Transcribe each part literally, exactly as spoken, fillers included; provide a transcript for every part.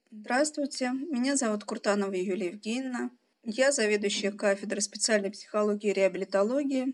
Здравствуйте, меня зовут Куртанова Юлия Евгеньевна. Я заведующая кафедрой специальной психологии и реабилитологии.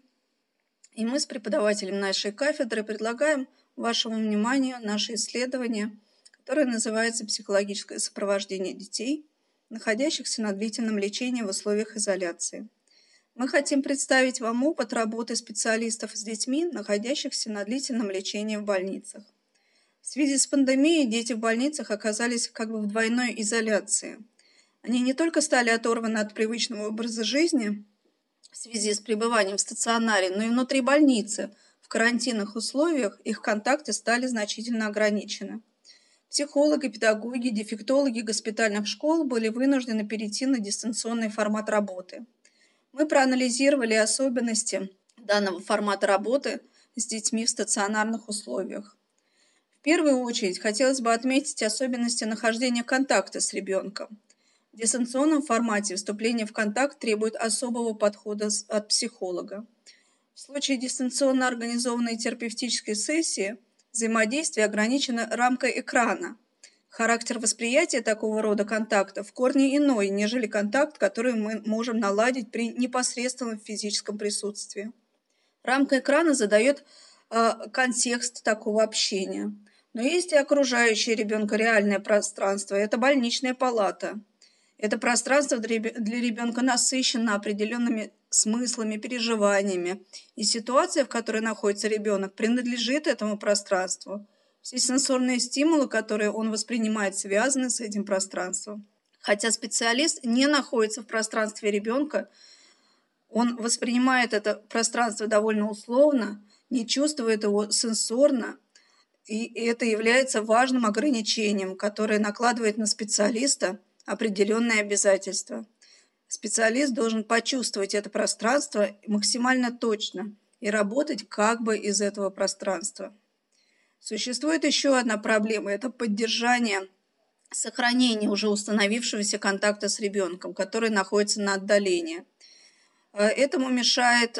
И мы с преподавателем нашей кафедры предлагаем вашему вниманию наше исследование, которое называется «Психологическое сопровождение детей, находящихся на длительном лечении в условиях изоляции». Мы хотим представить вам опыт работы специалистов с детьми, находящихся на длительном лечении в больницах. В связи с пандемией дети в больницах оказались как бы в двойной изоляции. Они не только стали оторваны от привычного образа жизни в связи с пребыванием в стационаре, но и внутри больницы, в карантинных условиях, их контакты стали значительно ограничены. Психологи, педагоги, дефектологи госпитальных школ были вынуждены перейти на дистанционный формат работы. Мы проанализировали особенности данного формата работы с детьми в стационарных условиях. В первую очередь хотелось бы отметить особенности нахождения контакта с ребенком. В дистанционном формате вступление в контакт требует особого подхода от психолога. В случае дистанционно организованной терапевтической сессии взаимодействие ограничено рамкой экрана. Характер восприятия такого рода контакта в корне иной, нежели контакт, который мы можем наладить при непосредственном физическом присутствии. Рамка экрана задает э, контекст такого общения. Но есть и окружающее ребенка реальное пространство. Это больничная палата. Это пространство для ребенка насыщено определенными смыслами, переживаниями. И ситуация, в которой находится ребенок, принадлежит этому пространству. Все сенсорные стимулы, которые он воспринимает, связаны с этим пространством. Хотя специалист не находится в пространстве ребенка, он воспринимает это пространство довольно условно, не чувствует его сенсорно, и это является важным ограничением, которое накладывает на специалиста определенные обязательства. Специалист должен почувствовать это пространство максимально точно и работать как бы из этого пространства. Существует еще одна проблема – это поддержание, сохранение уже установившегося контакта с ребенком, который находится на отдалении. Этому мешает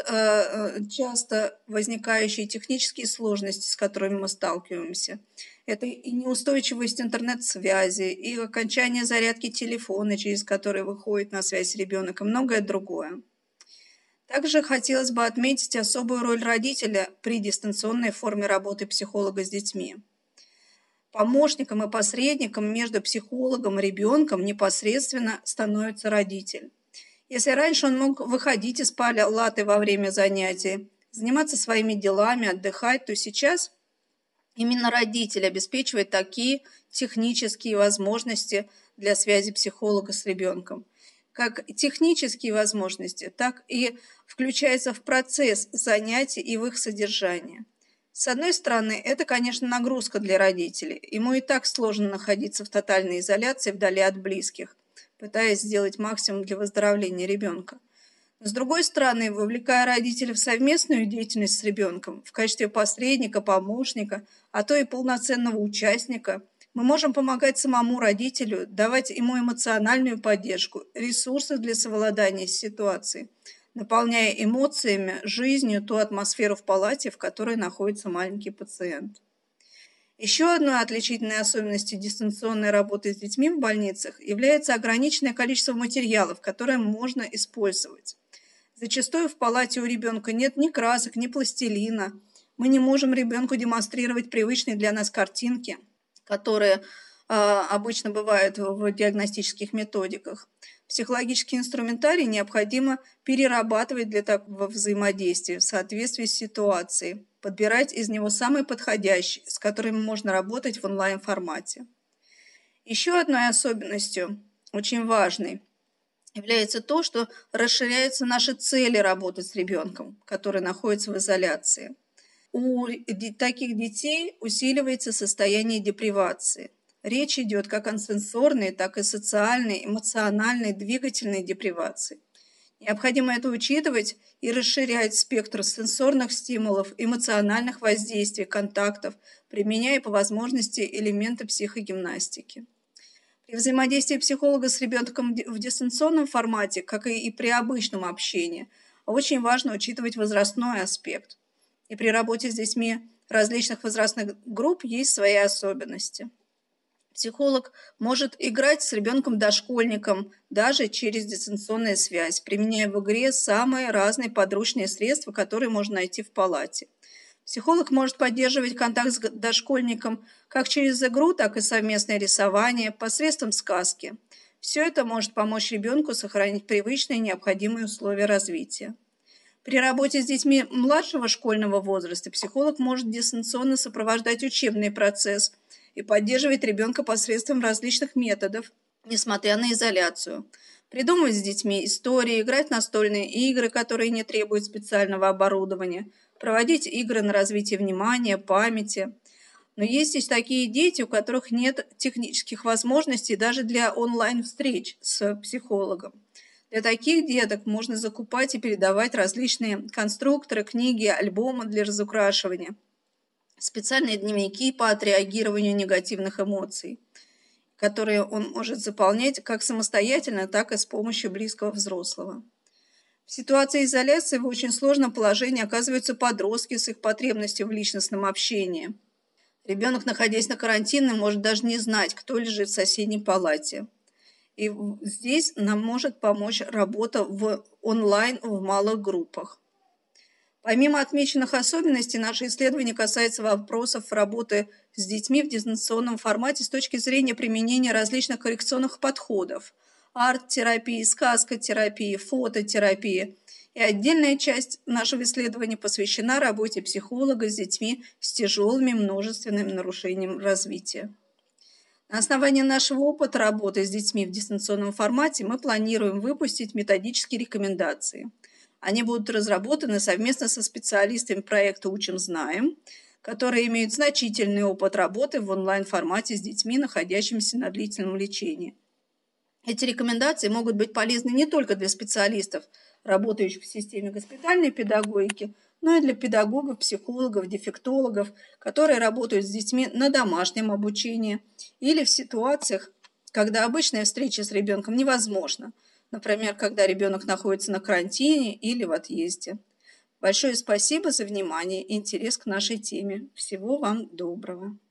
часто возникающие технические сложности, с которыми мы сталкиваемся. Это и неустойчивость интернет-связи, и окончание зарядки телефона, через который выходит на связь ребенок, и многое другое. Также хотелось бы отметить особую роль родителя при дистанционной форме работы психолога с детьми. Помощником и посредником между психологом и ребенком непосредственно становится родитель. Если раньше он мог выходить из палаты во время занятий, заниматься своими делами, отдыхать, то сейчас именно родитель обеспечивает такие технические возможности для связи психолога с ребенком. Как технические возможности, так и включается в процесс занятий и в их содержание. С одной стороны, это, конечно, нагрузка для родителей. Ему и так сложно находиться в тотальной изоляции вдали от близких, пытаясь сделать максимум для выздоровления ребенка. С другой стороны, вовлекая родителей в совместную деятельность с ребенком в качестве посредника, помощника, а то и полноценного участника, мы можем помогать самому родителю, давать ему эмоциональную поддержку, ресурсы для совладания с ситуацией, наполняя эмоциями, жизнью ту атмосферу в палате, в которой находится маленький пациент. Еще одной отличительной особенностью дистанционной работы с детьми в больницах является ограниченное количество материалов, которые можно использовать. Зачастую в палате у ребенка нет ни красок, ни пластилина. Мы не можем ребенку демонстрировать привычные для нас картинки, которые э, обычно бывают в диагностических методиках. Психологический инструментарий необходимо перерабатывать для такого взаимодействия в соответствии с ситуацией, подбирать из него самый подходящий, с которым можно работать в онлайн-формате. Еще одной особенностью, очень важной, является то, что расширяются наши цели работы с ребенком, который находится в изоляции. У таких детей усиливается состояние депривации. Речь идет как о сенсорной, так и социальной, эмоциональной, двигательной депривации. Необходимо это учитывать и расширять спектр сенсорных стимулов, эмоциональных воздействий, контактов, применяя по возможности элементы психогимнастики. При взаимодействии психолога с ребенком в дистанционном формате, как и при обычном общении, очень важно учитывать возрастной аспект. И при работе с детьми различных возрастных групп есть свои особенности. Психолог может играть с ребенком-дошкольником даже через дистанционную связь, применяя в игре самые разные подручные средства, которые можно найти в палате. Психолог может поддерживать контакт с дошкольником как через игру, так и совместное рисование посредством сказки. Все это может помочь ребенку сохранить привычные и необходимые условия развития. При работе с детьми младшего школьного возраста психолог может дистанционно сопровождать учебный процесс и поддерживать ребенка посредством различных методов, несмотря на изоляцию. Придумывать с детьми истории, играть в настольные игры, которые не требуют специального оборудования, проводить игры на развитие внимания, памяти. Но есть и такие дети, у которых нет технических возможностей даже для онлайн-встреч с психологом. Для таких деток можно закупать и передавать различные конструкторы, книги, альбомы для разукрашивания, специальные дневники по отреагированию негативных эмоций, которые он может заполнять как самостоятельно, так и с помощью близкого взрослого. В ситуации изоляции в очень сложном положении оказываются подростки с их потребностью в личностном общении. Ребенок, находясь на карантине, может даже не знать, кто лежит в соседней палате. И здесь нам может помочь работа в онлайн в малых группах. Помимо отмеченных особенностей, наше исследование касается вопросов работы с детьми в дистанционном формате с точки зрения применения различных коррекционных подходов: арт-терапии, сказкотерапии, фототерапии. И отдельная часть нашего исследования посвящена работе психолога с детьми с тяжелыми множественными нарушениями развития. На основании нашего опыта работы с детьми в дистанционном формате мы планируем выпустить методические рекомендации. Они будут разработаны совместно со специалистами проекта «Учим, знаем», которые имеют значительный опыт работы в онлайн-формате с детьми, находящимися на длительном лечении. Эти рекомендации могут быть полезны не только для специалистов, работающих в системе госпитальной педагогики, но и для педагогов, психологов, дефектологов, которые работают с детьми на домашнем обучении или в ситуациях, когда обычная встреча с ребенком невозможна, например, когда ребенок находится на карантине или в отъезде. Большое спасибо за внимание и интерес к нашей теме. Всего вам доброго.